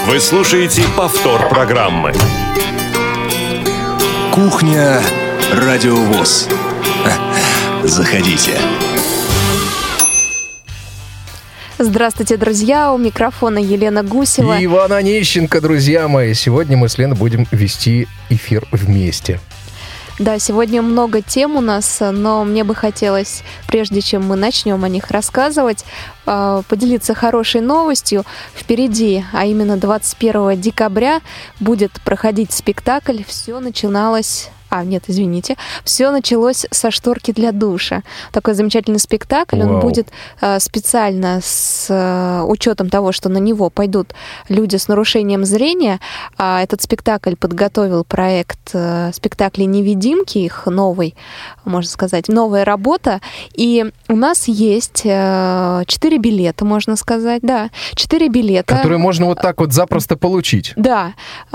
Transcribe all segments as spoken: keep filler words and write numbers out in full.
Вы слушаете повтор программы. Кухня Радиовоз. Заходите. Здравствуйте, друзья! У микрофона Елена Гусева. И Иван Онищенко, друзья мои. Сегодня мы с Леной будем вести эфир вместе. Да, сегодня много тем у нас, но мне бы хотелось, прежде чем мы начнем о них рассказывать, поделиться хорошей новостью. Впереди, а именно двадцать первого декабря, будет проходить спектакль «Все начиналось...» А, нет, извините. «Все началось со шторки для душа». Такой замечательный спектакль. Вау. Он будет э, специально с э, учетом того, что на него пойдут люди с нарушением зрения. А этот спектакль подготовил проект э, спектаклей «Невидимки», их новый, можно сказать, новая работа. И у нас есть э, четыре билета, можно сказать, да, четыре билета. Которые можно вот так вот запросто получить. Да.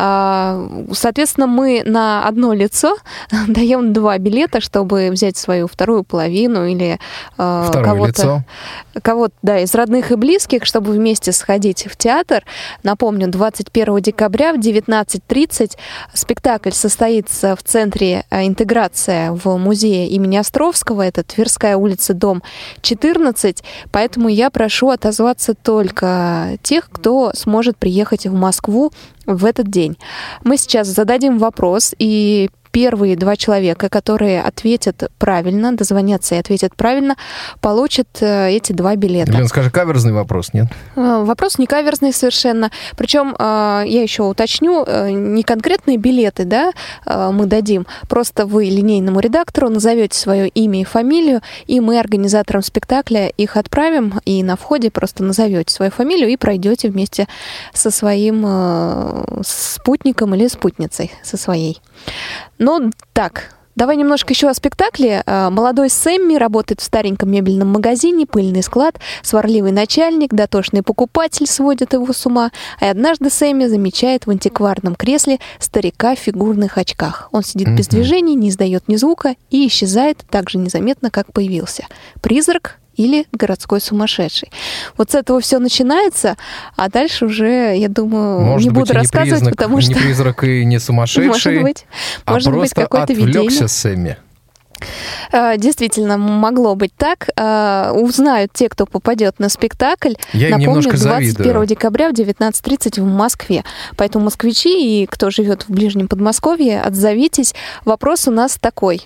Э, соответственно, мы на одно лицо даем два билета, чтобы взять свою вторую половину или э, кого-то, лицо. кого-то да, из родных и близких, чтобы вместе сходить в театр. Напомню, двадцать первого декабря в девятнадцать тридцать спектакль состоится в Центре интеграция в музее имени Островского. Это Тверская улица, дом четырнадцать. Поэтому я прошу отозваться только тех, кто сможет приехать в Москву в этот день. Мы сейчас зададим вопрос, и первые два человека, которые ответят правильно, дозвонятся и ответят правильно, получат э, эти два билета. Лен, скажи, каверзный вопрос, нет? Э, вопрос не каверзный совершенно. Причем, э, я еще уточню, э, не конкретные билеты, да, э, мы дадим. Просто вы линейному редактору назовете свое имя и фамилию, и мы организаторам спектакля их отправим, и на входе просто назовете свою фамилию и пройдете вместе со своим э, спутником или спутницей, со своей. Ну, так, давай немножко еще о спектакле. Молодой Сэмми работает в стареньком мебельном магазине, пыльный склад, сварливый начальник, дотошный покупатель сводит его с ума. И однажды Сэмми замечает в антикварном кресле старика в фигурных очках. Он сидит mm-hmm. без движения, не издает ни звука и исчезает так же незаметно, как появился. Призрак или городской сумасшедший. Вот с этого все начинается, а дальше уже, я думаю, может не буду рассказывать, признак, потому что... Не призрак и не сумасшедший, может быть, а может быть какое-то видение. Отвлекся Сэмми. Действительно, могло быть так. Узнают те, кто попадет на спектакль. Я Напомню, двадцать первого декабря в девятнадцать тридцать в Москве. Поэтому москвичи и кто живет в ближнем Подмосковье, отзовитесь. Вопрос у нас такой.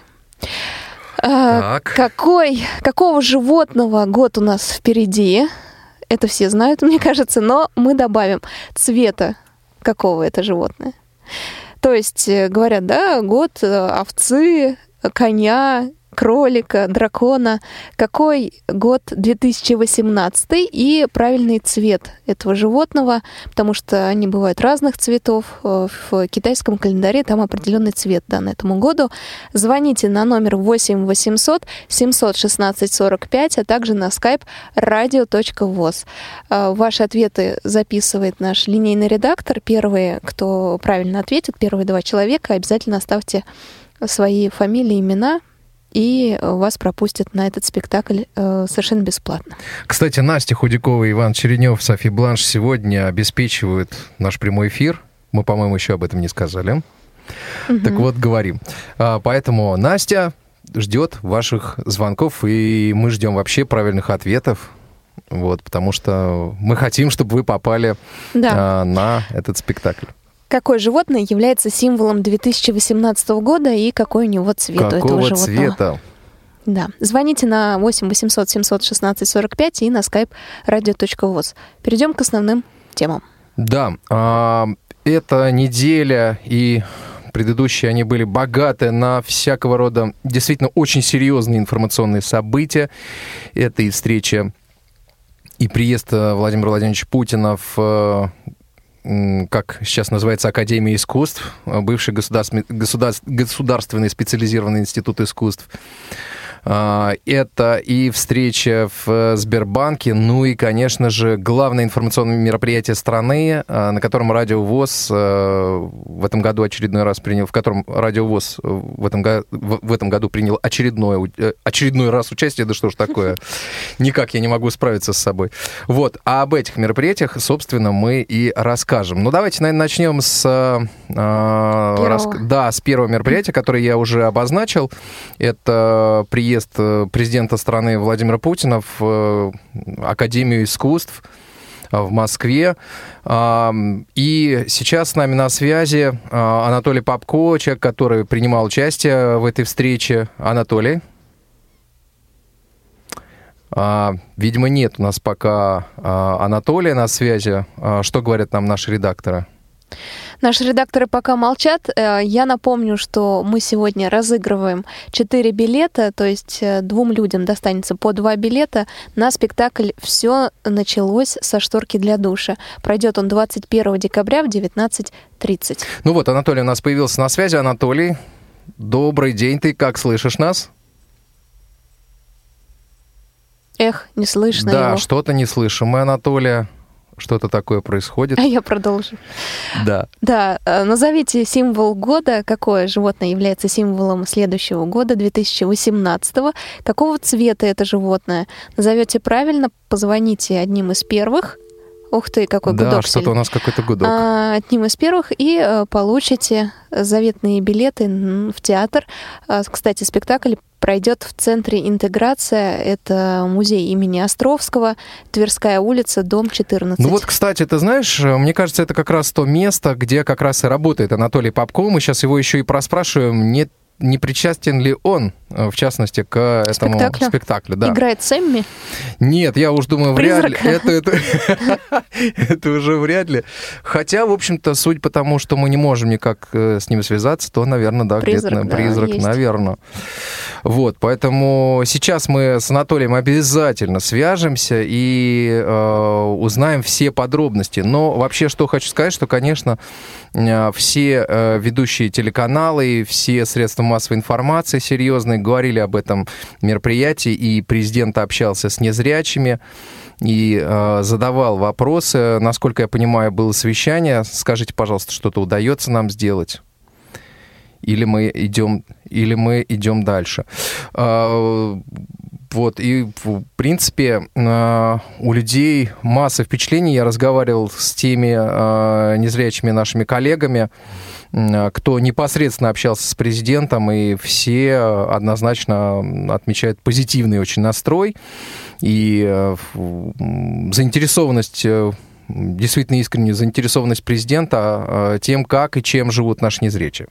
Так. Какой, какого животного год у нас впереди? Это все знают, мне кажется, но мы добавим цвета, какого это животное. То есть, говорят, да, год овцы, коня, кролика, дракона. Какой год две тысячи восемнадцатый и правильный цвет этого животного, потому что они бывают разных цветов. В китайском календаре там определенный цвет дан этому году. Звоните на номер восемь восемьсот семьсот шестнадцать сорок пять, а также на skype radio точка voz. Ваши ответы записывает наш линейный редактор. Первые, кто правильно ответит, первые два человека, обязательно оставьте свои фамилии, имена, и вас пропустят на этот спектакль э, совершенно бесплатно. Кстати, Настя Худякова и Иван Черенев, Софи Бланш сегодня обеспечивают наш прямой эфир. Мы, по-моему, еще об этом не сказали. Угу. Так вот, говорим. А, поэтому Настя ждет ваших звонков, и мы ждем вообще правильных ответов. Вот, потому что мы хотим, чтобы вы попали да. а, на этот спектакль. Какое животное является символом две тысячи восемнадцатого года и какой у него цвет у этого животного? Цвета? Да. Звоните на восемь восемьсот семьсот шестнадцать сорок пять и на skype radio точка voz. Перейдем к основным темам. Да. А, эта неделя и предыдущие, они были богаты на всякого рода действительно очень серьезные информационные события. Это и встреча, и приезд Владимира Владимировича Путина в... как сейчас называется, Академия искусств, бывший государственный, государственный специализированный институт искусств. Это и встреча в Сбербанке, ну и, конечно же, главное информационное мероприятие страны, на котором Радио ВОС в этом году очередной раз принял, в котором Радио ВОС в этом, в этом году принял очередной, очередной раз участие. Да что ж такое, никак я не могу справиться с собой. Вот, а об этих мероприятиях, собственно, мы и расскажем. Ну, давайте, наверное, начнем с, э, рас... да, с первого мероприятия, которое я уже обозначил. Это приезд президента страны Владимира Путина в Академию искусств в Москве. И сейчас с нами на связи Анатолий Попко, человек, который принимал участие в этой встрече. Анатолий? Видимо, нет у нас пока Анатолия на связи. Что говорят нам наши редакторы? Наши редакторы пока молчат. Я напомню, что мы сегодня разыгрываем четыре билета, то есть двум людям достанется по два билета на спектакль «Все началось со шторки для душа». Пройдет он двадцать первого декабря в девятнадцать тридцать. Ну вот, Анатолий у нас появился на связи. Анатолий, добрый день. Ты как, слышишь нас? Эх, не слышно да, его. Да, что-то не слышим мы, Анатолия. Что-то такое происходит. А я продолжу. Да. Да, назовите символ года. Какое животное является символом следующего года, две тысячи восемнадцатого? Какого цвета это животное? Назовете правильно, позвоните одним из первых. Ух ты, какой да, гудок. Да, что-то у нас какой-то гудок. А, одним из первых и а, получите заветные билеты в театр. А, кстати, спектакль пройдет в центре «Интеграция». Это музей имени Островского, Тверская улица, дом четырнадцать. Ну вот, кстати, ты знаешь, мне кажется, это как раз то место, где как раз и работает Анатолий Попко. Мы сейчас его еще и проспрашиваем, не не причастен ли он, в частности, к этому спектаклю? спектаклю да. Играет Сэмми? Нет, я уж думаю, вряд ли. Призрак? Это, это, это уже вряд ли. Хотя, в общем-то, суть по тому, что мы не можем никак с ним связаться, то, наверное, да, призрак, где-то призрак, да, наверное. Вот, поэтому сейчас мы с Анатолием обязательно свяжемся и э, узнаем все подробности. Но вообще, что хочу сказать, что, конечно, все э, ведущие телеканалы, все средства массовой информации серьезные говорили об этом мероприятии, и президент общался с незрячими и э, задавал вопросы. Насколько я понимаю, было совещание. Скажите, пожалуйста, что-то удается нам сделать? Или мы идем, или мы идем дальше? Э, вот, и, в принципе, э, у людей масса впечатлений. Я разговаривал с теми э, незрячими нашими коллегами, кто непосредственно общался с президентом, и все однозначно отмечают позитивный очень настрой и заинтересованность, действительно искреннюю заинтересованность президента тем, как и чем живут наши незрячие.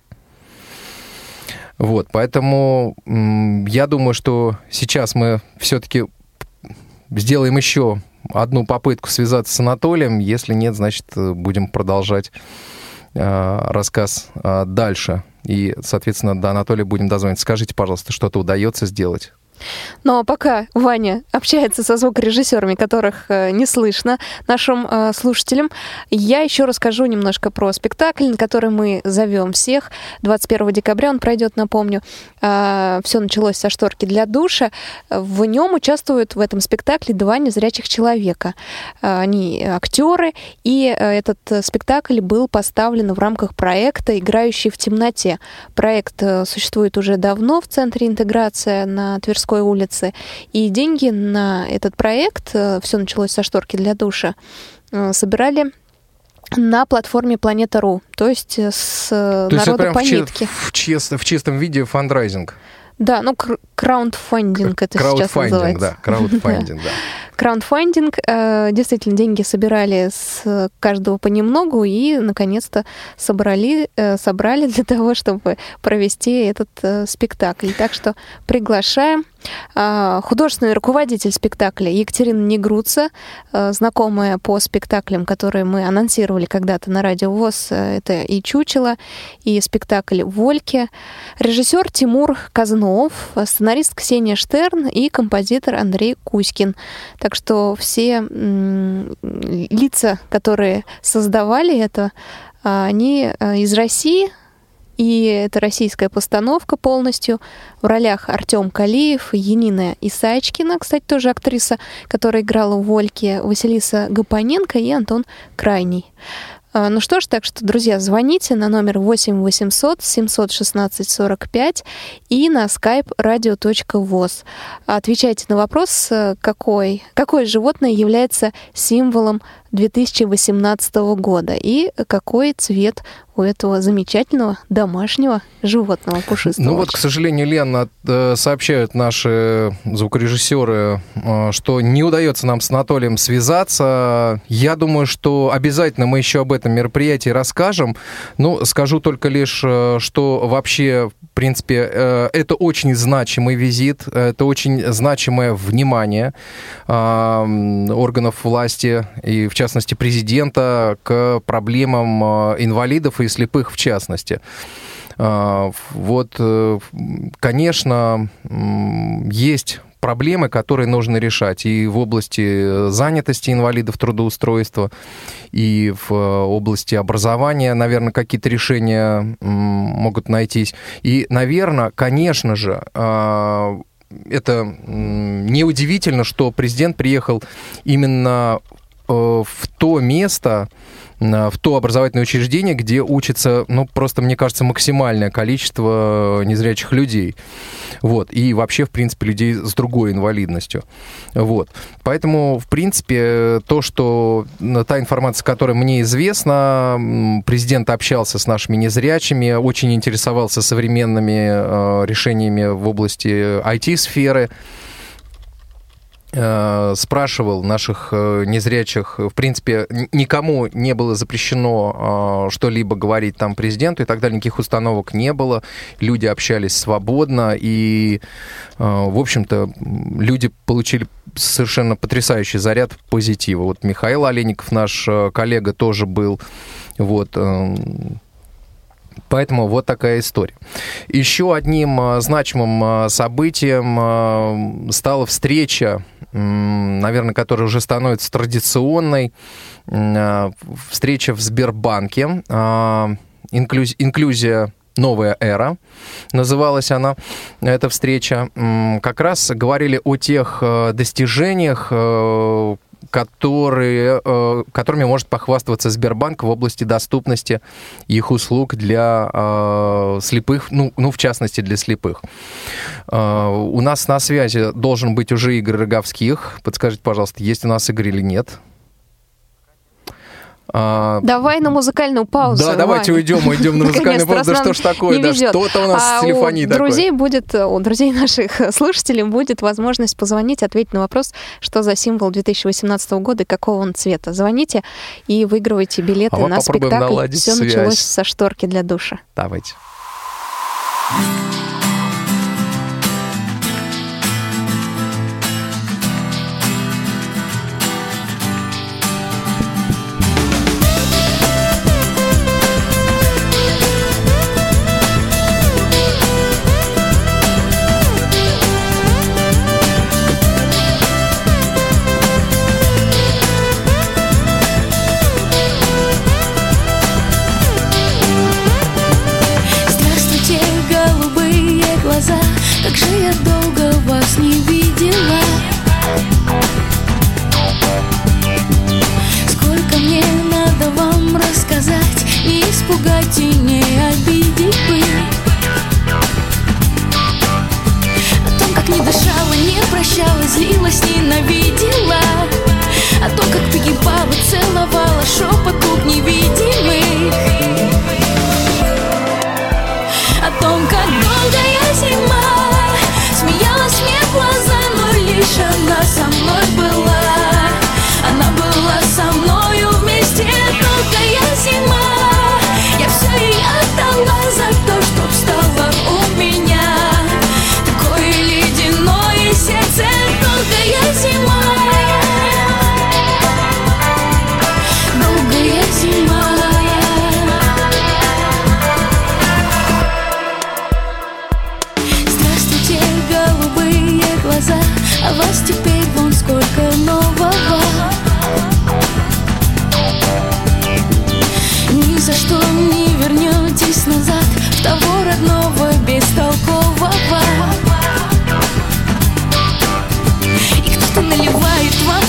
Вот, поэтому я думаю, что сейчас мы все-таки сделаем еще одну попытку связаться с Анатолием. Если нет, значит, будем продолжать рассказ дальше. И, соответственно, до Анатолия будем дозвониться. Скажите, пожалуйста, что-то удается сделать? Но пока Ваня общается со звукорежиссерами, которых не слышно нашим э, слушателям, я еще расскажу немножко про спектакль, на который мы зовем всех. двадцать первого декабря он пройдет, напомню. Э, все началось со шторки для душа. В нем участвуют в этом спектакле два незрячих человека. Э, они актеры, и э, этот спектакль был поставлен в рамках проекта «Играющий в темноте». Проект э, существует уже давно в Центре «Интеграция» на Тверской улице. И деньги на этот проект, все началось со шторки для душа, собирали на платформе Планета.ру, то есть с то народа есть по чи- нитке. В, чист, в чистом виде фандрайзинг. Да, ну краундфандинг это сейчас называется. Да, краундфандинг, да. Краундфандинг. Действительно, деньги собирали с каждого понемногу и, наконец-то, собрали, собрали для того, чтобы провести этот спектакль. Так что приглашаем. Художественный руководитель спектакля Екатерина Негруца, знакомая по спектаклям, которые мы анонсировали когда-то на Радио ВОС, это и «Чучело», и спектакль «Вольки». Режиссер Тимур Казнов, сценарист Ксения Штерн и композитор Андрей Кузькин. Так что все м- лица, которые создавали это, они из России, И это российская постановка полностью. В ролях Артем Калиев, Янина Исаечкина, кстати, тоже актриса, которая играла в Вольке, Василиса Гапоненко и Антон Крайний. Ну что ж, так что, друзья, звоните на номер восемь восемьсот семьсот шестнадцать сорок пять и на skype radio точка voz. Отвечайте на вопрос, какой, какое животное является символом две тысячи восемнадцатого года и какой цвет у этого замечательного домашнего животного пушистого. Ну вот, к сожалению, Лена, сообщают наши звукорежиссеры, что не удается нам с Анатолием связаться. Я думаю, что обязательно мы еще об этом мероприятии расскажем. Ну, скажу только лишь, что вообще, в принципе, это очень значимый визит, это очень значимое внимание органов власти и, в частности, президента к проблемам инвалидов и слепых в частности. Вот, конечно, есть проблемы, которые нужно решать и в области занятости инвалидов, трудоустройства, и в области образования, наверное, какие-то решения могут найтись. И, наверное, конечно же, это неудивительно, что президент приехал именно в то место, в то образовательное учреждение, где учится, ну, просто, мне кажется, максимальное количество незрячих людей. Вот. И вообще, в принципе, людей с другой инвалидностью. Вот. Поэтому, в принципе, то, что та информация, которая мне известна, президент общался с нашими незрячими, очень интересовался современными э, решениями в области ай ти-сферы, спрашивал наших незрячих, в принципе, никому не было запрещено что-либо говорить там президенту и так далее, никаких установок не было, люди общались свободно, и, в общем-то, люди получили совершенно потрясающий заряд позитива. Вот Михаил Олейников, наш коллега, тоже был, вот. Поэтому вот такая история. Еще одним значимым событием стала встреча, наверное, которая уже становится традиционной, встреча в Сбербанке, инклюз, инклюзия «Новая эра» называлась она, эта встреча. Как раз говорили о тех достижениях, которые, которыми может похвастаться Сбербанк в области доступности их услуг для э, слепых, ну, ну, в частности, для слепых. Э, у нас на связи должен быть уже Игорь Роговских. Подскажите, пожалуйста, есть у нас Игорь или нет? Давай на музыкальную паузу. Да, давайте уйдем, уйдем на музыкальную паузу. Да что ж такое, да, что-то у нас а с телефонией такое. У друзей будет, у друзей наших слушателей будет возможность позвонить, ответить на вопрос, что за символ две тысячи восемнадцатого года и какого он цвета. Звоните и выигрывайте билеты а на спектакль «Все связь. началось со шторки для душа». Давайте. Как же я долго вас не видела. Сколько мне надо вам рассказать, не испугать и не обидеть бы. О том, как не дышала, не прощала, злилась, ненавидела. О том, как погибала, целовала, шепот губ невидимых. О том, как долгая зима смеялась мне в глаза, но лишь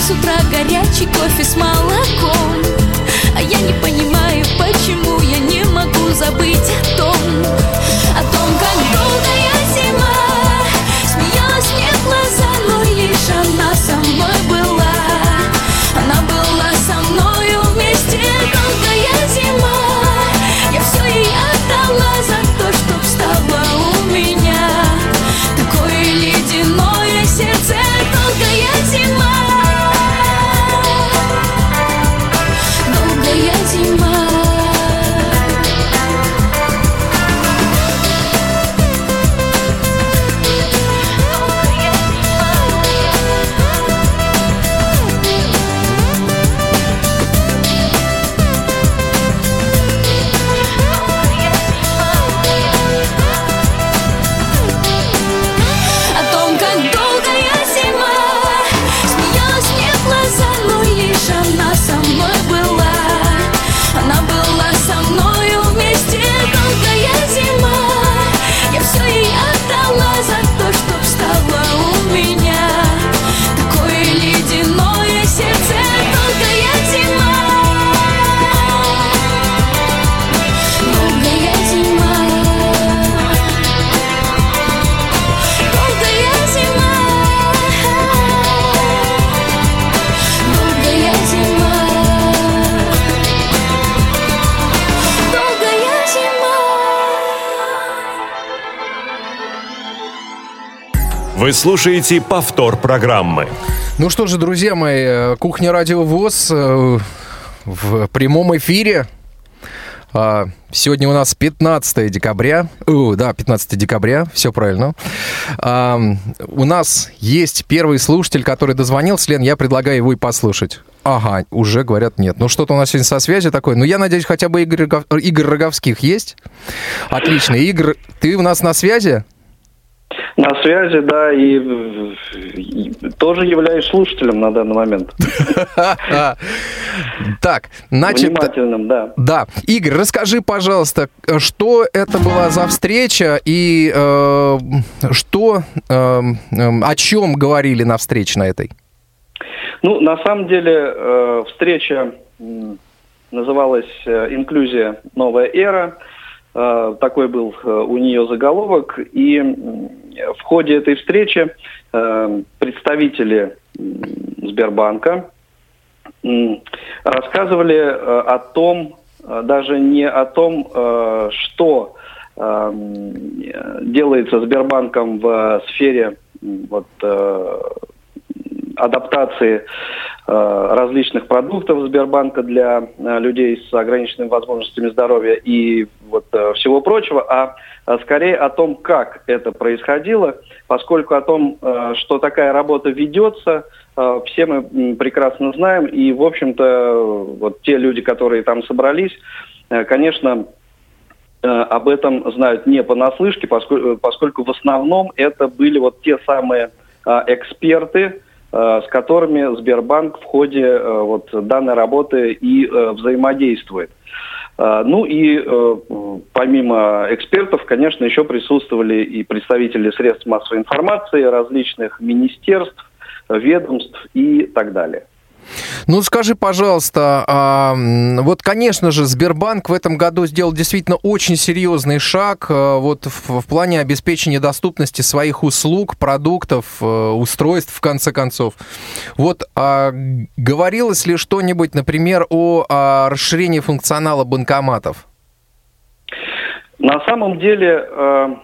с утра горячий кофе с молоком. А я не понимаю, почему я не могу забыть о том, о том, как долгая зима. Смеялась мне в глаза, но лишь она со мной была. Она была со мною вместе. Долгая зима, я все ей отдала за то, чтоб стало у меня такое ледяное сердце. Долгая зима, долгая зима. Вы слушаете повтор программы. Ну что же, друзья мои, Кухня Радио ВОС э, в прямом эфире. А, сегодня у нас пятнадцатое декабря. О, да, пятнадцатое декабря, все правильно. А, у нас есть первый слушатель, который дозвонился. Лен, я предлагаю его и послушать. Ага, уже говорят нет. Ну что-то у нас сегодня со связью такое. Ну я надеюсь, хотя бы Игорь, Игорь Роговских есть. Отлично. Игорь, ты у нас на связи? На связи, да, и, и тоже являюсь слушателем на данный момент. Так, значит... Внимательным, да. Да. Игорь, расскажи, пожалуйста, что это была за встреча и э, что, э, о чем говорили на встрече на этой? Ну, на самом деле, э, встреча называлась «Инклюзия. Новая эра». Э, такой был э, у нее заголовок, и в ходе этой встречи э, представители Сбербанка э, рассказывали э, о том, э, даже не о том, э, что э, делается Сбербанком в сфере э, вот, э, адаптации э, различных продуктов Сбербанка для э, людей с ограниченными возможностями здоровья и вот, э, всего прочего, а, а скорее о том, как это происходило, поскольку о том, э, что такая работа ведется, э, все мы прекрасно знаем, и, в общем-то, вот те люди, которые там собрались, э, конечно, э, об этом знают не понаслышке, поскольку, поскольку в основном это были вот те самые э, эксперты, с которыми Сбербанк в ходе вот, данной работы и э, взаимодействует. Э, ну и э, помимо экспертов, конечно, еще присутствовали и представители средств массовой информации, различных министерств, ведомств и так далее. Ну, скажи, пожалуйста, а, вот, конечно же, Сбербанк в этом году сделал действительно очень серьезный шаг а, вот в, в плане обеспечения доступности своих услуг, продуктов, а, устройств, в конце концов. Вот а, говорилось ли что-нибудь, например, о, о расширении функционала банкоматов? На самом деле... Э...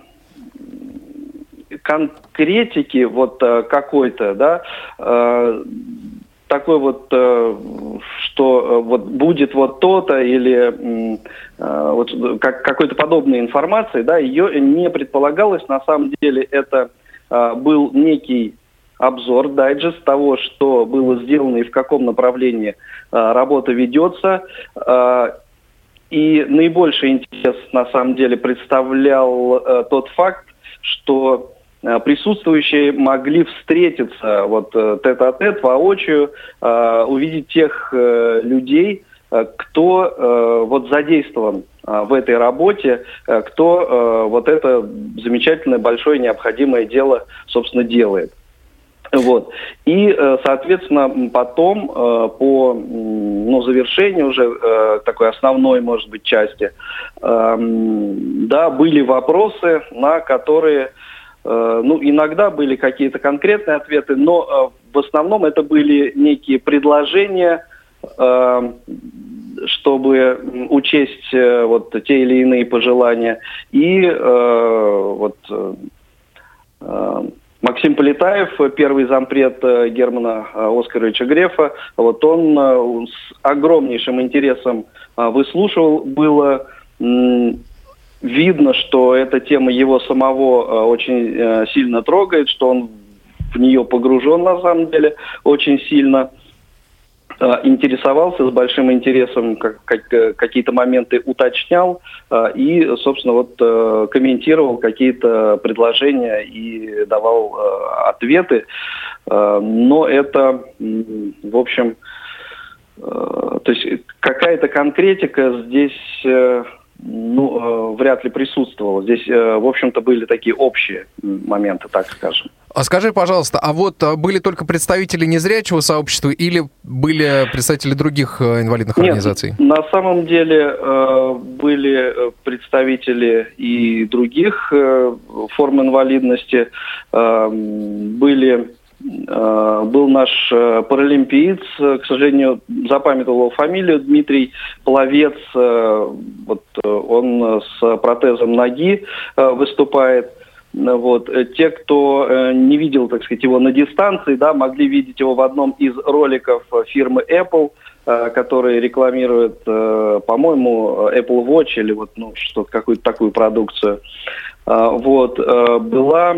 конкретики вот какой-то, да, э, такой вот, э, что вот будет вот то-то или э, вот как, какой-то подобной информации, да, ее не предполагалось. На самом деле это э, был некий обзор, дайджест того, что было сделано и в каком направлении э, работа ведется. Э, и наибольший интерес на самом деле представлял э, тот факт, что присутствующие могли встретиться вот тет-а-тет, воочию, увидеть тех людей, кто вот задействован в этой работе, кто вот это замечательное, большое, необходимое дело, собственно, делает. Вот. И, соответственно, потом по ну, завершению уже такой основной, может быть, части, да, были вопросы, на которые, ну, иногда были какие-то конкретные ответы, но в основном это были некие предложения, чтобы учесть вот те или иные пожелания. И вот Максим Полетаев, первый зампред Германа Оскаровича Грефа, вот он с огромнейшим интересом выслушивал. Было видно, что эта тема его самого очень сильно трогает, что он в нее погружен на самом деле очень сильно. Интересовался с большим интересом, как, как, какие-то моменты уточнял и, собственно, вот комментировал какие-то предложения и давал ответы. Но это, в общем, то есть какая-то конкретика здесь, ну, вряд ли присутствовала. Здесь, в общем-то, были такие общие моменты, так скажем. А скажи, пожалуйста, а вот были только представители незрячего сообщества или были представители других инвалидных Нет, организаций? На самом деле были представители и других форм инвалидности. Были, был наш паралимпиец, к сожалению, запамятовал его фамилию, Дмитрий Пловец. Вот он с протезом ноги выступает. Вот. Те, кто э, не видел, так сказать, его на дистанции, да, могли видеть его в одном из роликов фирмы Apple, э, который рекламирует, э, по-моему, Apple Watch или вот, ну, что-то, какую-то такую продукцию. Э, вот. Э, была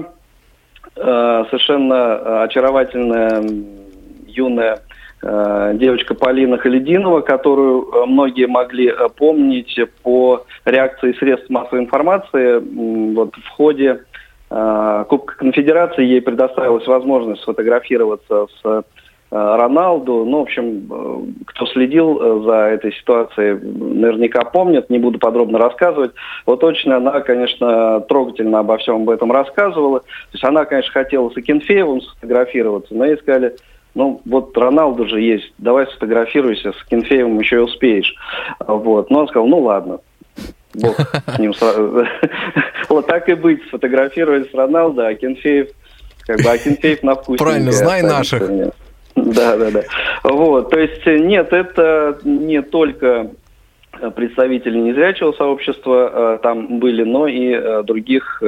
э, совершенно очаровательная юная э, девочка Полина Халидинова, которую многие могли помнить по реакции средств массовой информации. Вот в ходе Кубка Конфедерации ей предоставилась возможность сфотографироваться с Роналду. Ну, в общем, кто следил за этой ситуацией, наверняка помнит, не буду подробно рассказывать. Вот очень она, конечно, трогательно обо всем об этом рассказывала. То есть она, конечно, хотела с Акинфеевым сфотографироваться, но ей сказали: ну, вот Роналду же есть, давай сфотографируйся, с Акинфеевым еще и успеешь. Вот. Но он сказал: ну, ладно. Бог с ним сразу. Вот так и быть, сфотографировать с Роналдо, а Акинфеев, как бы Акинфеев на вкус. Правильно, знай наших. Да, да, да. Вот, то есть нет, это не только представители незрячего сообщества там были, но и других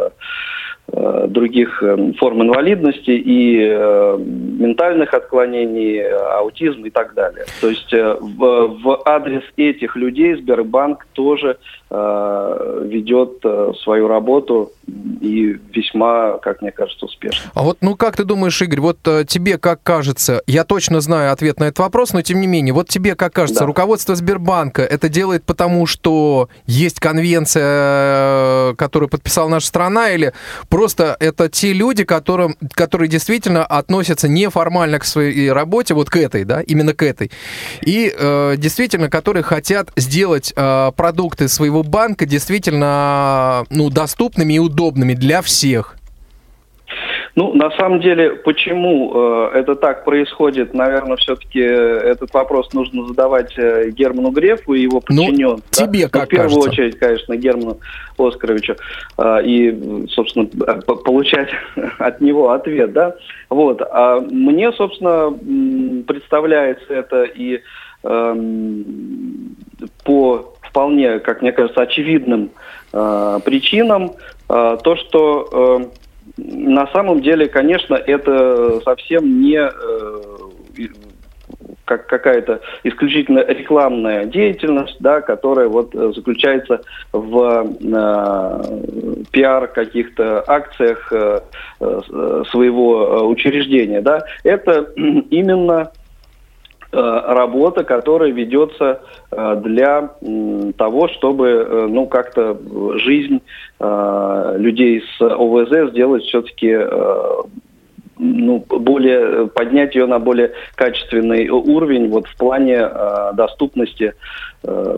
других форм инвалидности и э, ментальных отклонений, аутизм и так далее. То есть э, в, в адрес этих людей Сбербанк тоже э, ведет э, свою работу и весьма, как мне кажется, успешно. А вот, ну как ты думаешь, Игорь, вот э, тебе как кажется, я точно знаю ответ на этот вопрос, но тем не менее, вот тебе как кажется, да. Руководство Сбербанка это делает потому, что есть конвенция, которую подписала наша страна, или просто это те люди, которым, которые действительно относятся неформально к своей работе, вот к этой, да, именно к этой, и э, действительно, которые хотят сделать э, продукты своего банка действительно, ну, доступными и удобными для всех? Ну, на самом деле, почему э, это так происходит, наверное, все-таки этот вопрос нужно задавать э, Герману Грефу и его подчиненным. Ну, тебе да? как ну, в первую кажется? очередь, конечно, Герману Оскаровичу. Э, и, собственно, получать от него ответ, да. Вот. А мне, собственно, представляется это и э, по вполне, как мне кажется, очевидным э, причинам, э, то, что... Э, На самом деле, конечно, это совсем не э, как какая-то исключительно рекламная деятельность, да, которая вот заключается в э, пиар каких-то акциях э, э, своего учреждения. Да. Это именно работа, которая ведется для того, чтобы, ну, как-то жизнь людей с ОВЗ сделать все-таки ну, более, поднять ее на более качественный уровень вот в плане э, доступности э,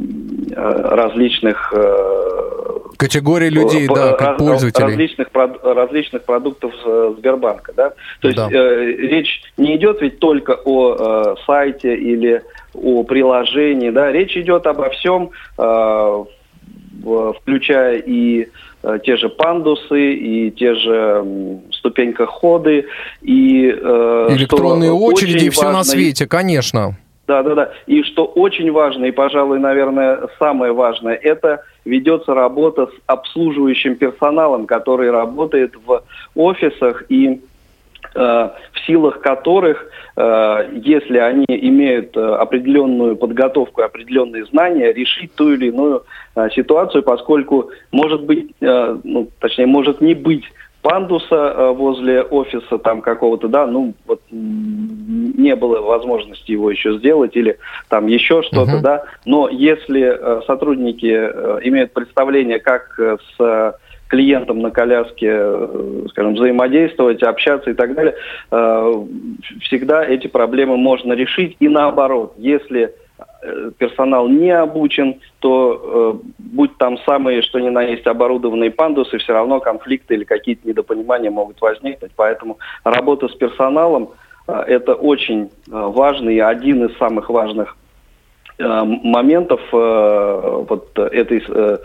различных э, категорий людей, по, да, как пользователей. Различных, различных продуктов Сбербанка. Да? То есть да. э, речь не идет ведь только о э, сайте или о приложении. Да? Речь идет обо всем, э, включая и э, те же пандусы, и те же э, ступенькоходы, и э, электронные очереди, все важно, на свете, конечно. Да, да, да. И что очень важно, и, пожалуй, наверное, самое важное, это ведется работа с обслуживающим персоналом, который работает в офисах и э, в силах которых, э, если они имеют э, определенную подготовку, определенные знания, решить ту или иную э, ситуацию, поскольку может быть, э, ну, точнее, может не быть пандуса э, возле офиса там какого-то, да, ну, вот не было возможности его еще сделать или там еще что-то, uh-huh. да, но если э, сотрудники э, имеют представление, как э, с клиентом на коляске, э, скажем, взаимодействовать, общаться и так далее, э, всегда эти проблемы можно решить. И наоборот, если персонал не обучен, то э, будь там самые, что ни на есть, оборудованные пандусы, все равно конфликты или какие-то недопонимания могут возникнуть. Поэтому работа с персоналом э, это очень э, важный и один из самых важных э, моментов э, вот этой э,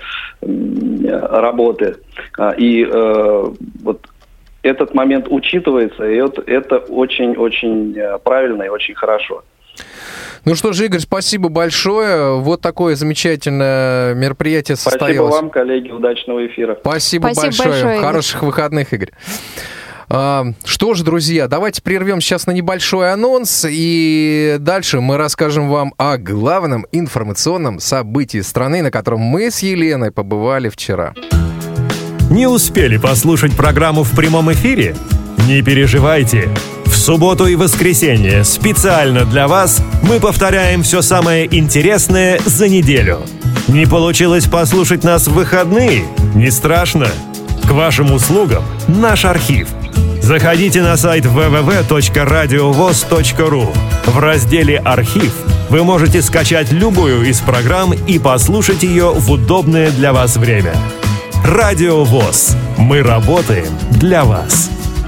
работы. И э, вот этот момент учитывается, и это, это очень-очень правильно и очень хорошо. Ну что ж, Игорь, спасибо большое. Вот такое замечательное мероприятие состоялось. Спасибо вам, коллеги, удачного эфира. Спасибо, спасибо большое. большое. Хороших выходных, Игорь. А, что ж, друзья, давайте прервем сейчас на небольшой анонс, и дальше мы расскажем вам о главном информационном событии страны, на котором мы с Еленой побывали вчера. Не успели послушать программу в прямом эфире? Не переживайте. В субботу и воскресенье специально для вас мы повторяем все самое интересное за неделю. Не получилось послушать нас в выходные? Не страшно. К вашим услугам наш архив. Заходите на сайт дабл ю дабл ю дабл ю точка радиовос точка ру. В разделе «Архив» вы можете скачать любую из программ и послушать ее в удобное для вас время. Радио ВОС. Мы работаем для вас.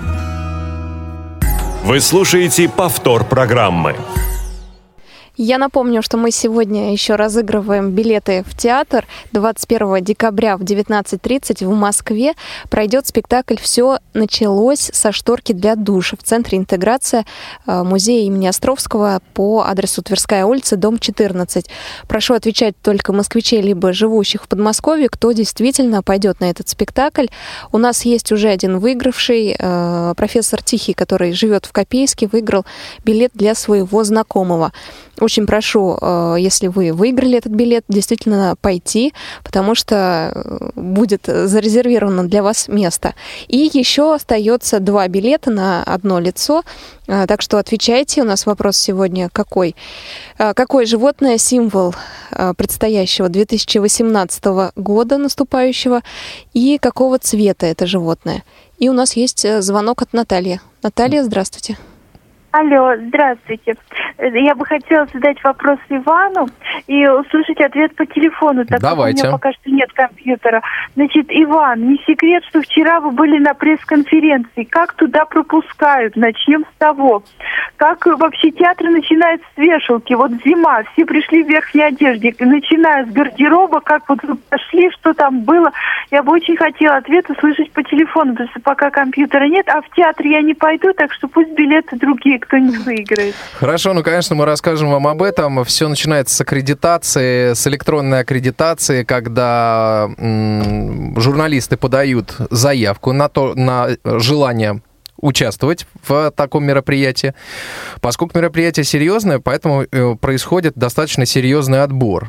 Вы слушаете повтор программы. Я напомню, что мы сегодня еще разыгрываем билеты в театр. двадцать первого декабря в девятнадцать тридцать в Москве пройдет спектакль «Все началось со шторки для душа» в Центре интеграция музея имени Островского по адресу Тверская улица, дом четырнадцать. Прошу отвечать только москвичей, либо живущих в Подмосковье, кто действительно пойдет на этот спектакль. У нас есть уже один выигравший, профессор Тихий, который живет в Копейске, выиграл билет для своего знакомого. Очень прошу, если вы выиграли этот билет, действительно пойти, потому что будет зарезервировано для вас место. И еще остается два билета на одно лицо, так что отвечайте. У нас вопрос сегодня какой? Какое животное символ предстоящего две тысячи восемнадцатого года наступающего и какого цвета это животное? И у нас есть звонок от Натальи. Наталья, здравствуйте. Алло, здравствуйте. Я бы хотела задать вопрос Ивану и услышать ответ по телефону, так Давайте. как у меня пока что нет компьютера. Значит, Иван, не секрет, что вчера вы были на пресс-конференции. Как туда пропускают? Начнем с того. Как вообще театр начинает с вешалки? Вот зима, все пришли в верхней одежде. Начиная с гардероба, как вот вы пошли, что там было. Я бы очень хотела ответ услышать по телефону, потому что пока компьютера нет, а в театр я не пойду, так что пусть билеты другие кто-нибудь выиграет. Хорошо, ну, конечно, мы расскажем вам об этом. Все начинается с аккредитации, с электронной аккредитации, когда м- журналисты подают заявку на то, на желание участвовать в таком мероприятии. Поскольку мероприятие серьезное, поэтому происходит достаточно серьезный отбор.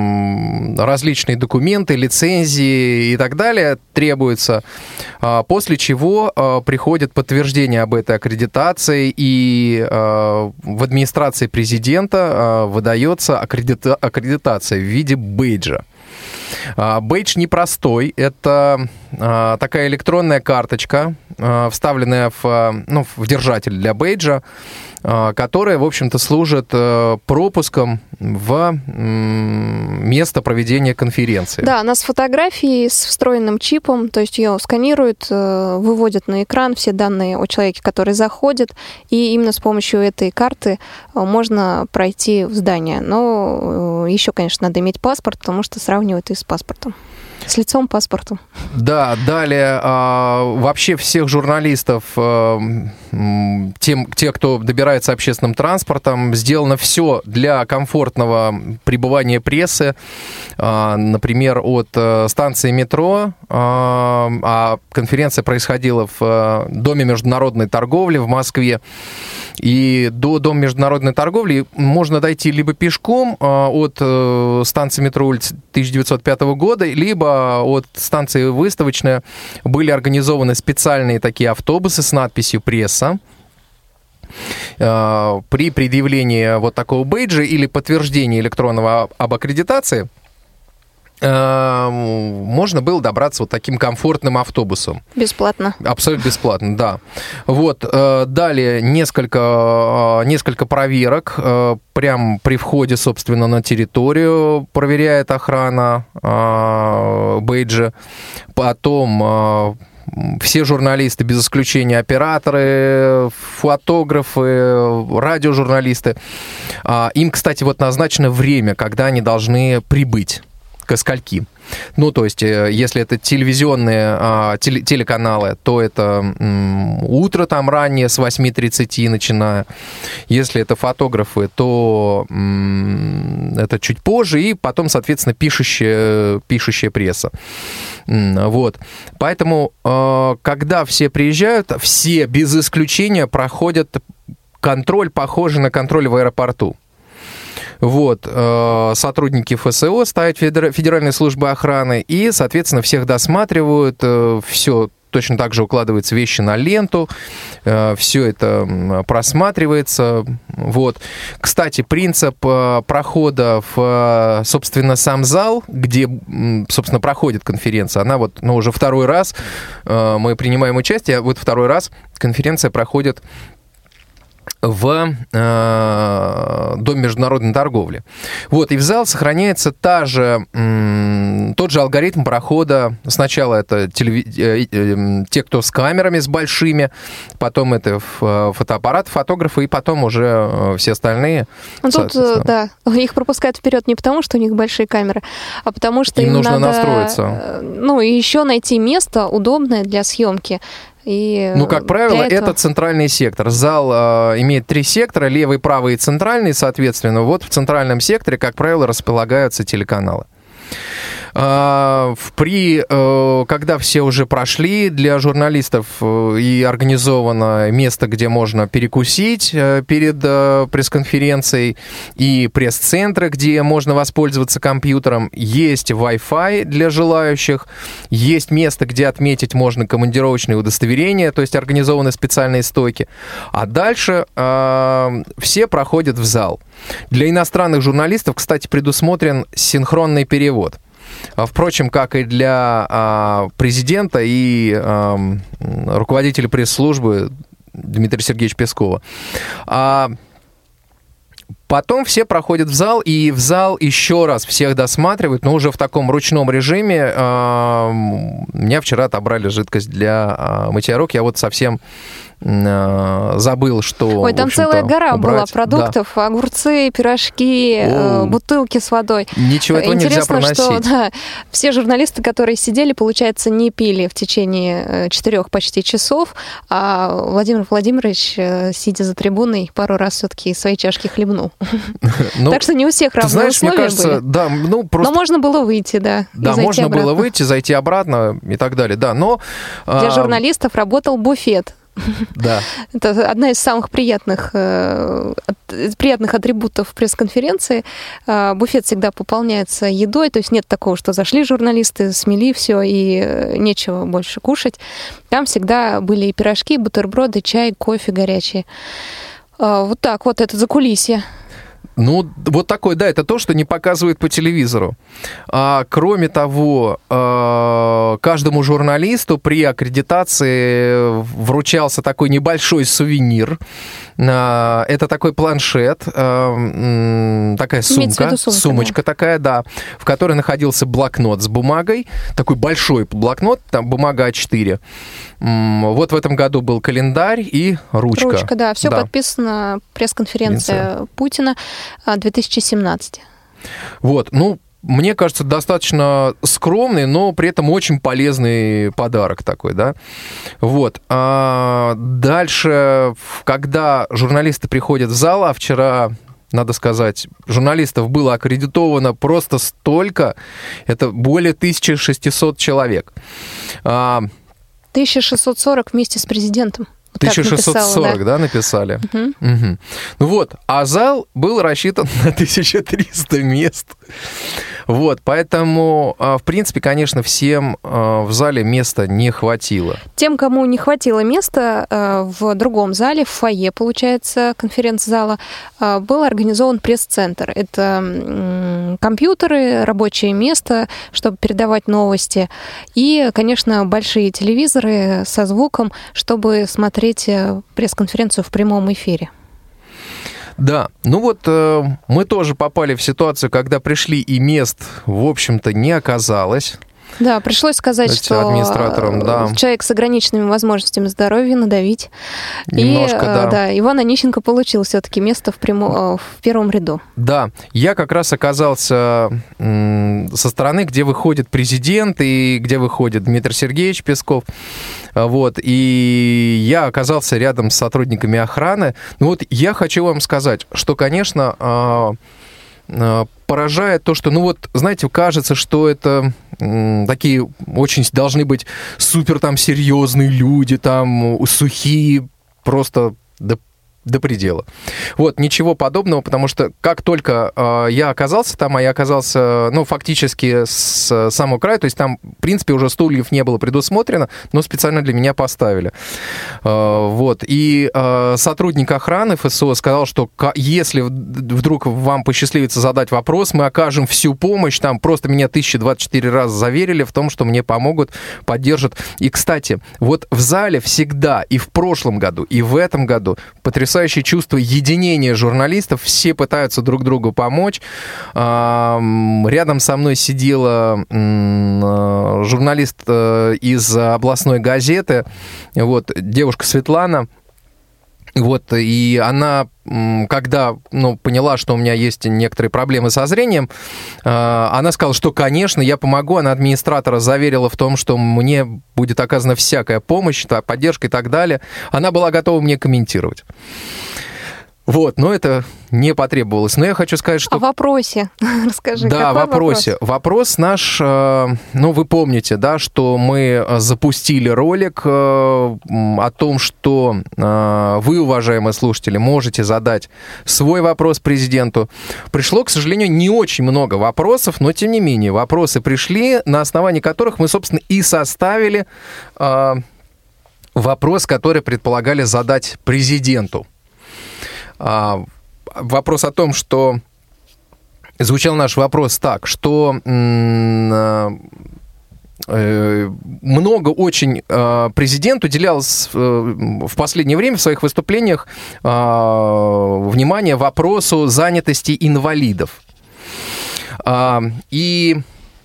Различные документы, лицензии и так далее требуются, после чего приходит подтверждение об этой аккредитации, и в администрации президента выдается аккредита- аккредитация в виде бейджа. Бейдж непростой. Это такая электронная карточка, вставленная в, ну, в держатель для бейджа, которая, в общем-то, служит пропуском в место проведения конференции. Да, она с фотографией, с встроенным чипом, то есть ее сканируют, выводят на экран все данные о человеке, который заходит, и именно с помощью этой карты можно пройти в здание. Но еще, конечно, надо иметь паспорт, потому что сравнивают и с паспортом. С лицом паспорту. Да, далее вообще всех журналистов, тем, те, кто добирается общественным транспортом, сделано все для комфортного пребывания прессы. Например, от станции метро, а конференция происходила в Доме международной торговли в Москве. И до Дома международной торговли можно дойти либо пешком от станции метро улицы тысяча девятьсот пятого года, либо от станции Выставочная. Были организованы специальные такие автобусы с надписью «Пресса». При предъявлении вот такого бейджа или подтверждении электронного об аккредитации можно было добраться вот таким комфортным автобусом. Бесплатно. Абсолютно бесплатно, да. Вот. Далее несколько, несколько проверок. Прямо при входе, собственно, на территорию проверяет охрана бейджа. Потом все журналисты, без исключения операторы, фотографы, радиожурналисты. Им, кстати, вот назначено время, когда они должны прибыть. Ко скольки. Ну, то есть, если это телевизионные а, теле, телеканалы, то это м, утро там раннее с восьми тридцати начиная. Если это фотографы, то м, это чуть позже, и потом, соответственно, пишущая, пишущая пресса. М, вот. Поэтому, э, когда все приезжают, все без исключения проходят контроль, похожий на контроль в аэропорту. Вот, э, сотрудники эф эс о ставят Федеральной службы охраны и, соответственно, всех досматривают, э, все точно так же укладываются вещи на ленту, э, все это просматривается. Вот. Кстати, принцип э, прохода в, собственно, сам зал, где, собственно, проходит конференция, она вот, ну, уже второй раз э, мы принимаем участие, вот второй раз конференция проходит в э, Доме международной торговли. Вот, и в зал сохраняется та же, м, тот же алгоритм прохода. Сначала это телеви... э, э, те, кто с камерами, с большими, потом это фотоаппарат, фотографы, и потом уже все остальные. Ну, тут, да, их пропускают вперед не потому, что у них большие камеры, а потому что им, им нужно надо, настроиться. Ну, и еще найти место удобное для съемки. И ну, как правило, этого... это центральный сектор. Зал э, имеет три сектора, левый, правый и центральный, соответственно. Вот в центральном секторе, как правило, располагаются телеканалы. При, когда все уже прошли, для журналистов и организовано место, где можно перекусить перед пресс-конференцией, и пресс-центры, где можно воспользоваться компьютером. Есть Wi-Fi для желающих, есть место, где отметить можно командировочные удостоверения, то есть организованы специальные стойки. А дальше э, все проходят в зал. Для иностранных журналистов, кстати, предусмотрен синхронный перевод. Впрочем, как и для а, президента и а, руководителя пресс-службы Дмитрия Сергеевича Пескова. А потом все проходят в зал, и в зал еще раз всех досматривают, но уже в таком ручном режиме. А, меня вчера отобрали жидкость для а, мытья рук. Я вот совсем забыл, что... Ой, там целая гора убрать. Была продуктов, да. Огурцы, пирожки, О, бутылки с водой. Ничего этого Интересно, нельзя проносить. Что да, все журналисты, которые сидели, получается, не пили в течение четырех почти часов, а Владимир Владимирович, сидя за трибуной, пару раз все-таки свои чашки хлебнул. Ну, так что не у всех равные знаешь, условия мне кажется, были. Да, ну, просто... Но можно было выйти, да. Да, можно обратно. было выйти, зайти обратно и так далее, да, но... Для а... журналистов работал буфет. Да. Это одна из самых приятных, э, приятных атрибутов пресс-конференции. Э, буфет всегда пополняется едой, то есть нет такого, что зашли журналисты, смели все и нечего больше кушать. Там всегда были и пирожки, и бутерброды, чай, кофе горячий. Э, вот так вот, это закулисье. Ну, вот такой, да, это то, что не показывают по телевизору. А, кроме того, а, каждому журналисту при аккредитации вручался такой небольшой сувенир. А, это такой планшет, а, такая сумка, сумка, сумочка да. такая, да, в которой находился блокнот с бумагой, такой большой блокнот, там бумага а четыре. Вот в этом году был календарь и ручка. Ручка, да, все да. подписано, пресс-конференция Путина две тысячи семнадцать. Вот, ну, мне кажется, достаточно скромный, но при этом очень полезный подарок такой, да. Вот. А дальше, когда журналисты приходят в зал, а вчера... Надо сказать, журналистов было аккредитовано просто столько, это более тысяча шестьсот человек. тысяча шестьсот сорок вместе с президентом. Вот тысяча шестьсот сорок, да, да написали? Угу. Угу. Ну вот, а зал был рассчитан на тысяча триста мест. Вот, поэтому, в принципе, конечно, всем в зале места не хватило. Тем, кому не хватило места, в другом зале, в фойе, получается, конференц-зала, был организован пресс-центр. Это компьютеры, рабочее место, чтобы передавать новости, и, конечно, большие телевизоры со звуком, чтобы смотреть пресс-конференцию в прямом эфире. Да, ну вот э, мы тоже попали в ситуацию, когда пришли и мест, в общем-то, не оказалось. Да, пришлось сказать, Значит, что администраторам, да. человек с ограниченными возможностями здоровья надавить. Немножко, и, да. да. Иван Онищенко получил все-таки место в, прямо, в первом ряду. Да, я как раз оказался м- со стороны, где выходит президент и где выходит Дмитрий Сергеевич Песков. Вот, и я оказался рядом с сотрудниками охраны. Ну вот я хочу вам сказать, что, конечно, поражает то, что, ну вот, знаете, кажется, что это такие очень должны быть супер там серьезные люди, там сухие, просто до, до предела. Вот, ничего подобного, потому что как только э, я оказался там, а я оказался, ну, фактически с самого края, то есть там, в принципе, уже стульев не было предусмотрено, но специально для меня поставили. Э, вот, и э, сотрудник охраны ФСО сказал, что если вдруг вам посчастливится задать вопрос, мы окажем всю помощь, там просто меня тысяча двадцать четыре раза заверили в том, что мне помогут, поддержат. И, кстати, вот в зале всегда, и в прошлом году, и в этом году потрясающе чувство единения журналистов, все пытаются друг другу помочь. Рядом со мной сидела журналист из областной газеты, вот, девушка Светлана. Вот, и она, когда ну, поняла, что у меня есть некоторые проблемы со зрением, она сказала, что, конечно, я помогу. Она администратора заверила в том, что мне будет оказана всякая помощь, поддержка и так далее. Она была готова мне комментировать. Вот, но это не потребовалось. Но я хочу сказать, что... О вопросе расскажи. Да, о вопросе. Вопрос? Вопрос наш, ну, вы помните, да, что мы запустили ролик о том, что вы, уважаемые слушатели, можете задать свой вопрос президенту. Пришло, к сожалению, не очень много вопросов, но, тем не менее, вопросы пришли, на основании которых мы, собственно, и составили вопрос, который предполагали задать президенту. А, вопрос о том, что звучал наш вопрос так, что м- э, много очень э, президент уделял с, э, в последнее время в своих выступлениях э, внимание вопросу занятости инвалидов. А, и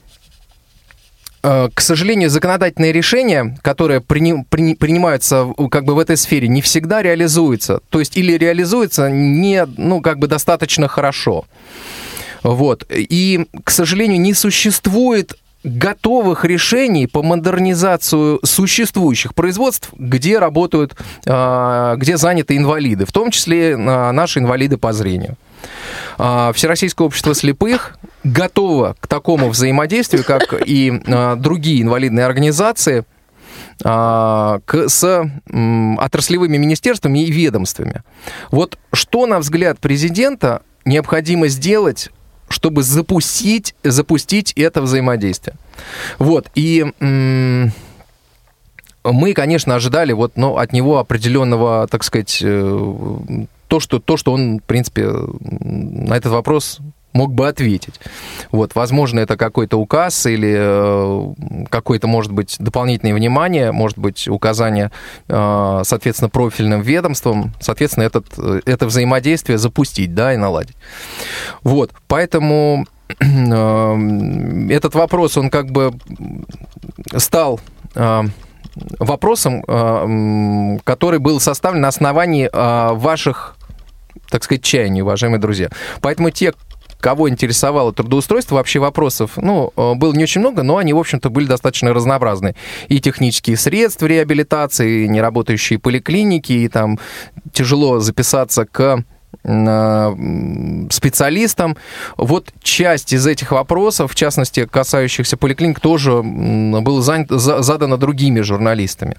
к сожалению, законодательные решения, которые при, при, принимаются как бы в этой сфере, не всегда реализуются. То есть или реализуются не, ну, как бы достаточно хорошо. Вот. И, к сожалению, не существует готовых решений по модернизации существующих производств, где работают, где заняты инвалиды, в том числе наши инвалиды по зрению. Всероссийское общество слепых готово к такому взаимодействию, как и другие инвалидные организации, к, с отраслевыми министерствами и ведомствами. Вот что, на взгляд президента, необходимо сделать, чтобы запустить, запустить это взаимодействие? Вот, и м- мы, конечно, ожидали вот, ну, от него определенного, так сказать, то, что, то, что он, в принципе, на этот вопрос мог бы ответить. Вот, возможно, это какой-то указ или э, какое-то, может быть, дополнительное внимание, может быть, указание, э, соответственно, профильным ведомствам, соответственно, этот, это взаимодействие запустить, да, и наладить. Вот, поэтому э, этот вопрос, он как бы стал э, вопросом, э, который был составлен на основании э, ваших, так сказать, чаяний, уважаемые друзья. Поэтому те, кого интересовало трудоустройство, вообще вопросов, ну, было не очень много, но они, в общем-то, были достаточно разнообразные. И технические средства реабилитации, и неработающие поликлиники, и там тяжело записаться к специалистам. Вот часть из этих вопросов, в частности, касающихся поликлиник, тоже было занято, задано другими журналистами.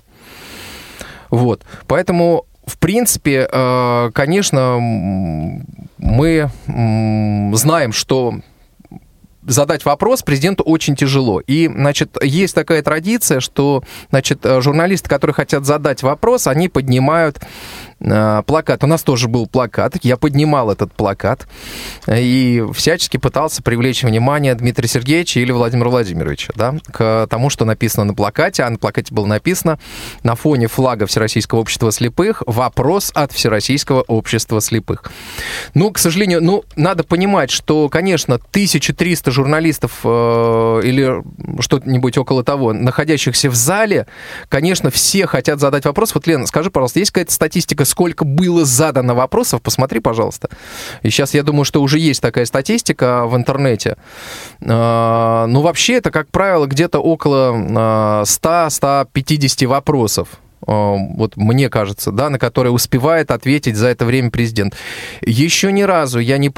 Вот. Поэтому, в принципе, конечно, мы знаем, что задать вопрос президенту очень тяжело. И, значит, есть такая традиция, что, значит, журналисты, которые хотят задать вопрос, они поднимают э, плакат. У нас тоже был плакат. Я поднимал этот плакат и всячески пытался привлечь внимание Дмитрия Сергеевича или Владимира Владимировича, да, к тому, что написано на плакате. А на плакате было написано: на фоне флага Всероссийского общества слепых вопрос от Всероссийского общества слепых. Ну, к сожалению, ну, надо понимать, что, конечно, тысяча триста журналистов э, или что-нибудь около того, находящихся в зале, конечно, все хотят задать вопрос. Вот, Лена, скажи, пожалуйста, есть какая-то статистика, сколько было задано вопросов? Посмотри, пожалуйста. И сейчас, я думаю, что уже есть такая статистика в интернете. Э, ну, вообще, это, как правило, где-то около э, сто - сто пятьдесят вопросов. Вот мне кажется, да, на которые успевает ответить за это время президент. Еще ни разу я не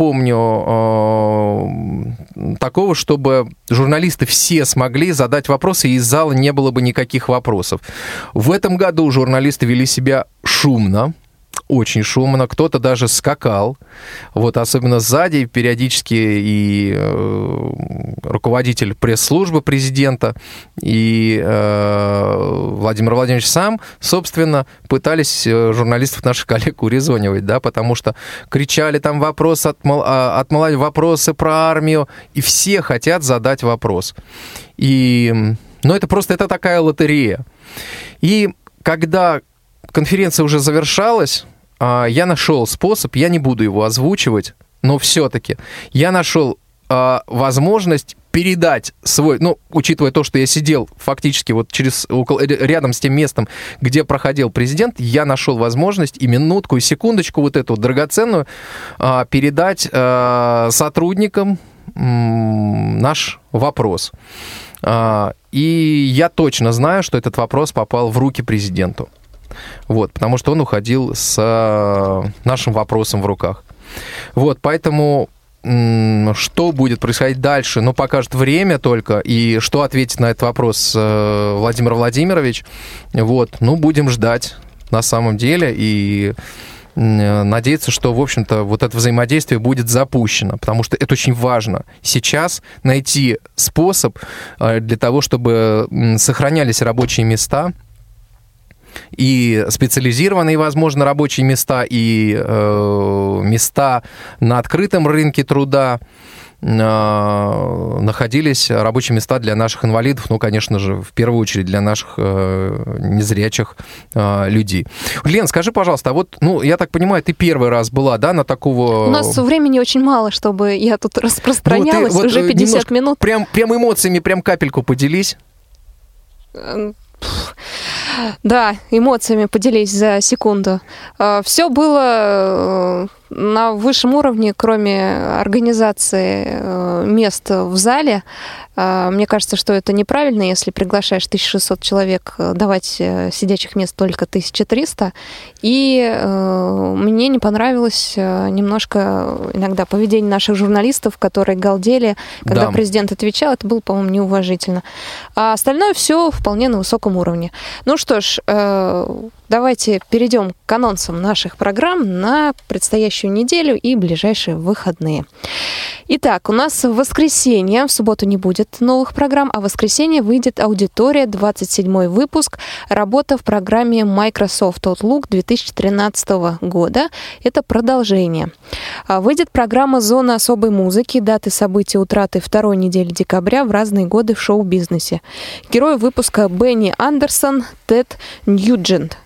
помню э, такого, чтобы журналисты все смогли задать вопросы, и из зала не было бы никаких вопросов. В этом году журналисты вели себя шумно, очень шумно, кто-то даже скакал, вот, особенно сзади, периодически и э, руководитель пресс-службы президента, и э, Владимир Владимирович сам, собственно, пытались журналистов, наших коллег, урезонивать, да, потому что кричали там вопросы, отмолали вопросы про армию, и все хотят задать вопрос. И, ну, это просто, это такая лотерея. И когда конференция уже завершалась, я нашел способ, я не буду его озвучивать, но все-таки я нашел возможность передать свой, ну, учитывая то, что я сидел фактически вот через, около, рядом с тем местом, где проходил президент, я нашел возможность и минутку, и секундочку вот эту драгоценную передать сотрудникам наш вопрос. И я точно знаю, что этот вопрос попал в руки президенту. Вот, потому что он уходил с нашим вопросом в руках. Вот, поэтому что будет происходить дальше, ну, покажет время только, и что ответит на этот вопрос Владимир Владимирович, вот, ну, будем ждать на самом деле, и надеяться, что, в общем-то, вот это взаимодействие будет запущено, потому что это очень важно. Сейчас найти способ для того, чтобы сохранялись рабочие места, и специализированные, возможно, рабочие места, и э, места на открытом рынке труда, э, находились рабочие места для наших инвалидов, ну, конечно же, в первую очередь для наших э, незрячих э, людей. Лен, скажи, пожалуйста, а вот, ну, я так понимаю, ты первый раз была, да, на такого... У нас времени очень мало, чтобы я тут распространялась, ну, ты, уже вот пятьдесят минут. Прям, прям эмоциями, прям капельку поделись. Да, эмоциями поделись за секунду. Все было на высшем уровне, кроме организации мест в зале. Мне кажется, что это неправильно, если приглашаешь тысячу шестьсот человек, давать сидячих мест только тысяча триста. И мне не понравилось немножко иногда поведение наших журналистов, которые галдели, когда да. президент отвечал. Это было, по-моему, неуважительно. А остальное все вполне на высоком уровне. Ну что ж, давайте перейдем к анонсам наших программ на предстоящую следующую неделю и ближайшие выходные. Итак, у нас в воскресенье, в субботу не будет новых программ, а в воскресенье выйдет «Аудитория», двадцать седьмой выпуск, работа в программе Microsoft Outlook две тысячи тринадцатого года. Это продолжение. Выйдет программа «Зона особой музыки», даты событий утраты второй недели декабря в разные годы в шоу-бизнесе. Герой выпуска Бенни Андерсон, Тед Ньюджент.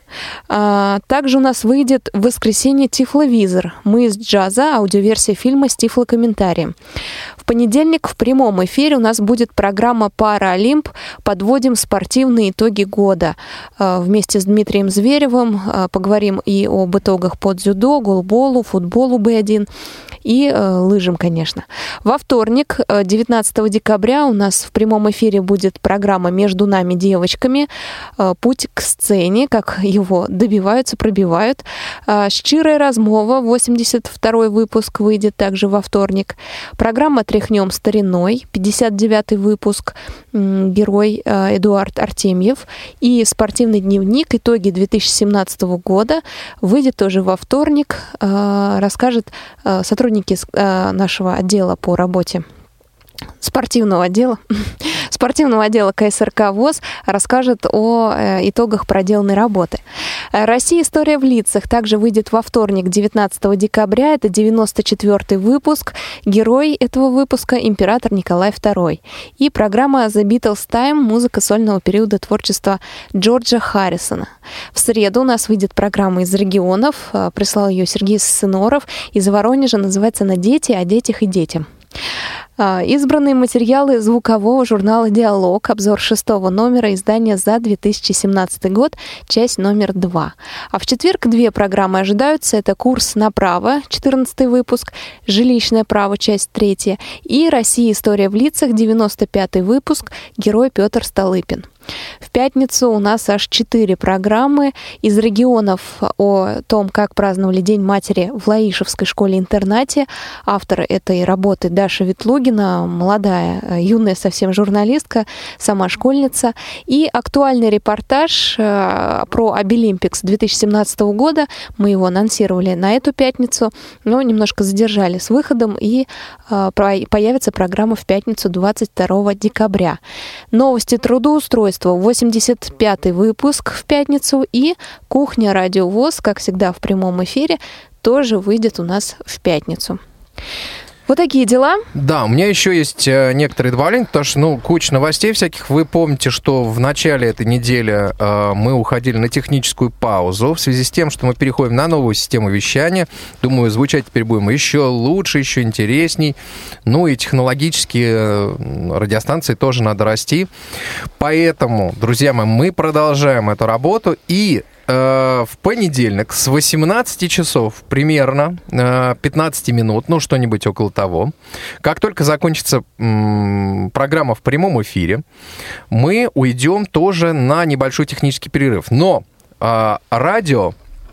Также у нас выйдет в воскресенье «Тифловизор». Мы из джаза, аудиоверсия фильма с тифлокомментарием. В понедельник в прямом эфире у нас будет программа «Паралимп». Подводим спортивные итоги года. Вместе с Дмитрием Зверевым поговорим и об итогах по дзюдо, голболу, футболу бэ один и э, лыжам, конечно. Во вторник, девятнадцатого декабря, у нас в прямом эфире будет программа «Между нами девочками». Э, «Путь к сцене», как его добиваются, пробивают. Э, «Щирая размова», восемьдесят второй выпуск, выйдет также во вторник. Программа «Тряхнем стариной», пятьдесят девятый выпуск, э, герой э, Эдуард Артемьев. И «Спортивный дневник», итоги две тысячи семнадцатого года, выйдет тоже во вторник. Э, расскажет э, сотрудник нашего отдела по работе, спортивного отдела, спортивного отдела ка эс эр ка ВОС расскажет о э, итогах проделанной работы. «Россия. История в лицах» также выйдет во вторник, девятнадцатого декабря. Это девяносто четвёртый выпуск. Герой этого выпуска — император Николай второй. И программа «The Beatles Time» — музыка сольного периода творчества Джорджа Харрисона. В среду у нас выйдет программа из регионов. Прислал ее Сергей Сыноров из Воронежа. Называется «На дети, о детях и детям». Избранные материалы звукового журнала «Диалог», обзор шестого номера издания за две тысячи семнадцатый год, часть номер два. А в четверг две программы ожидаются. Это «Курс на право», четырнадцатый выпуск, «Жилищное право», часть третья, и «Россия. История в лицах», девяносто пятый выпуск, герой Петр Столыпин. В пятницу у нас аж четыре программы из регионов о том, как праздновали День матери в Лаишевской школе-интернате. Автор этой работы Даша Ветлугина, молодая, юная совсем журналистка, сама школьница. И актуальный репортаж про Обилимпикс две тысячи семнадцатого года. Мы его анонсировали на эту пятницу, но немножко задержали с выходом, и появится программа в пятницу, двадцать второго декабря. Новости трудоустройства, восемьдесят пятый выпуск в пятницу, и «Кухня Радио ВОС», как всегда в прямом эфире, тоже выйдет у нас в пятницу. Вот такие дела. Да, у меня еще есть некоторые добавления, потому что, ну, куча новостей всяких. Вы помните, что в начале этой недели э, мы уходили на техническую паузу в связи с тем, что мы переходим на новую систему вещания. Думаю, звучать теперь будем еще лучше, еще интересней. Ну и технологические радиостанции тоже надо расти. Поэтому, друзья мои, мы продолжаем эту работу, и в понедельник с восемнадцати часов примерно пятнадцать минут, ну что-нибудь около того, как только закончится м, программа в прямом эфире, мы уйдем тоже на небольшой технический перерыв. Но э, радио,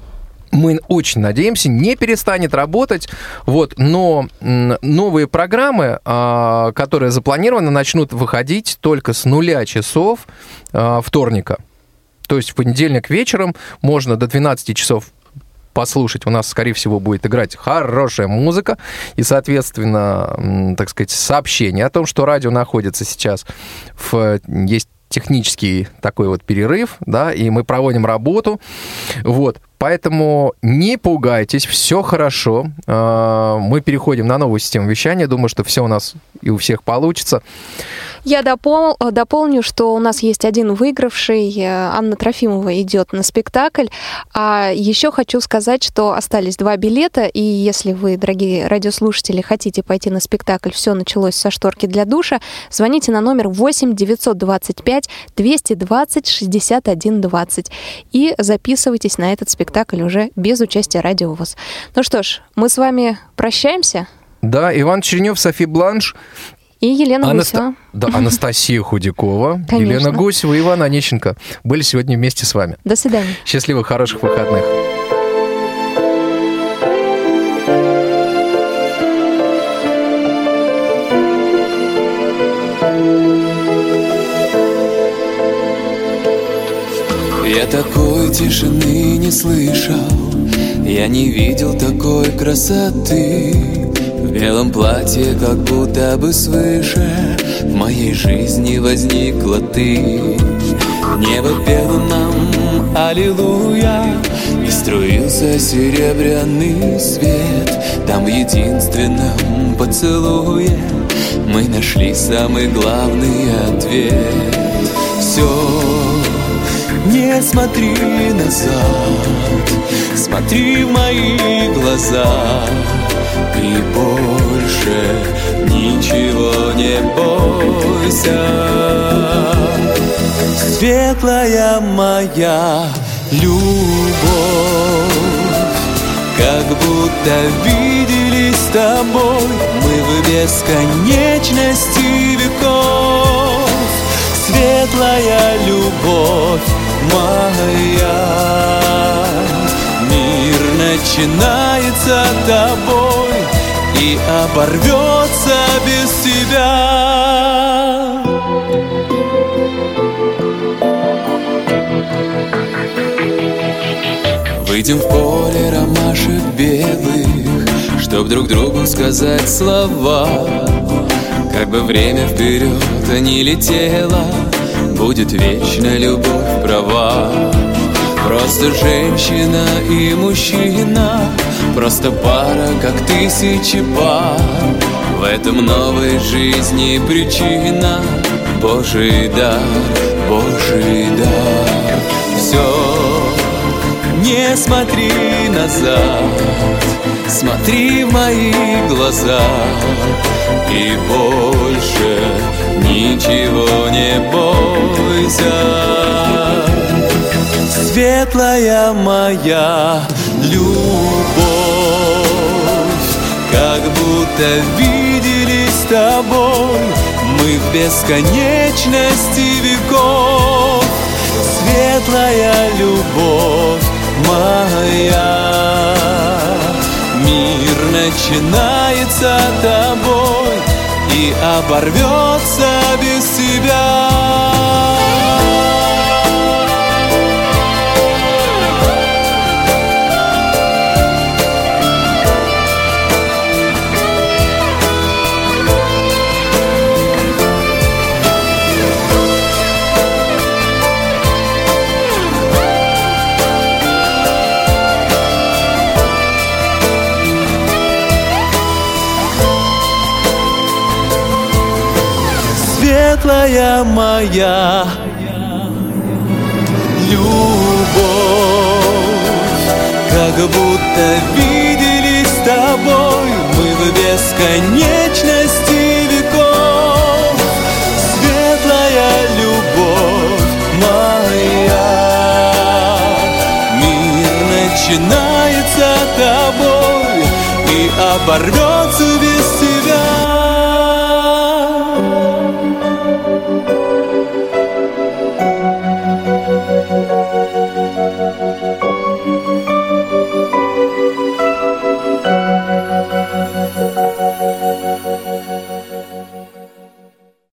мы очень надеемся, не перестанет работать, вот, но м, новые программы, э, которые запланированы, начнут выходить только с нуля часов э, вторника. То есть в понедельник вечером можно до двенадцати часов послушать. У нас, скорее всего, будет играть хорошая музыка и, соответственно, так сказать, сообщение о том, что радио находится сейчас в... Есть технический такой вот перерыв, да, и мы проводим работу. Вот. Поэтому не пугайтесь, все хорошо. Мы переходим на новую систему вещания. Думаю, что все у нас и у всех получится. Я допол- дополню, что у нас есть один выигравший. Анна Трофимова идет на спектакль. А еще хочу сказать, что остались два билета. И если вы, дорогие радиослушатели, хотите пойти на спектакль «Все началось со шторки для душа», звоните на номер восемь девятьсот двадцать пять двести двадцать шестьдесят один двадцать и записывайтесь на этот спектакль. спектакль уже без участия Радио ВОС. Ну что ж, мы с вами прощаемся. Да, Иван Черенев, Софи Бланш. И Елена Анаста... Гусева. Да, Анастасия Худякова, Конечно. Елена Гусева и Иван Онищенко были сегодня вместе с вами. До свидания. Счастливых, хороших выходных. Я такой тишины не слышал Я не видел такой красоты. В белом платье, как будто бы свыше, в моей жизни возникла ты. Небо пело нам аллилуйя, и струился серебряный свет. Там в единственном поцелуе мы нашли самый главный ответ. Все, не смотри назад, смотри в мои глаза, и больше ничего не бойся. Светлая моя любовь, как будто виделись с тобой мы в бесконечности веков. Светлая любовь моя, мир начинается тобой и оборвется без тебя. Выйдем в поле ромашек белых, чтоб друг другу сказать слова. Как бы время вперед не летело, будет вечно любовь права. Просто женщина и мужчина, просто пара, как тысячи пар. В этом новой жизни причина, Божий дар, Божий дар. Все, не смотри назад, смотри в мои глаза, и больше ничего не бойся. Светлая моя любовь, как будто виделись с тобой мы в бесконечности веков. Светлая любовь моя, мир начинается тобой и оборвется без тебя. Светлая моя любовь, как будто виделись с тобой мы в бесконечности веков. Светлая любовь моя, мир начинается тобой и оборвется без тебя.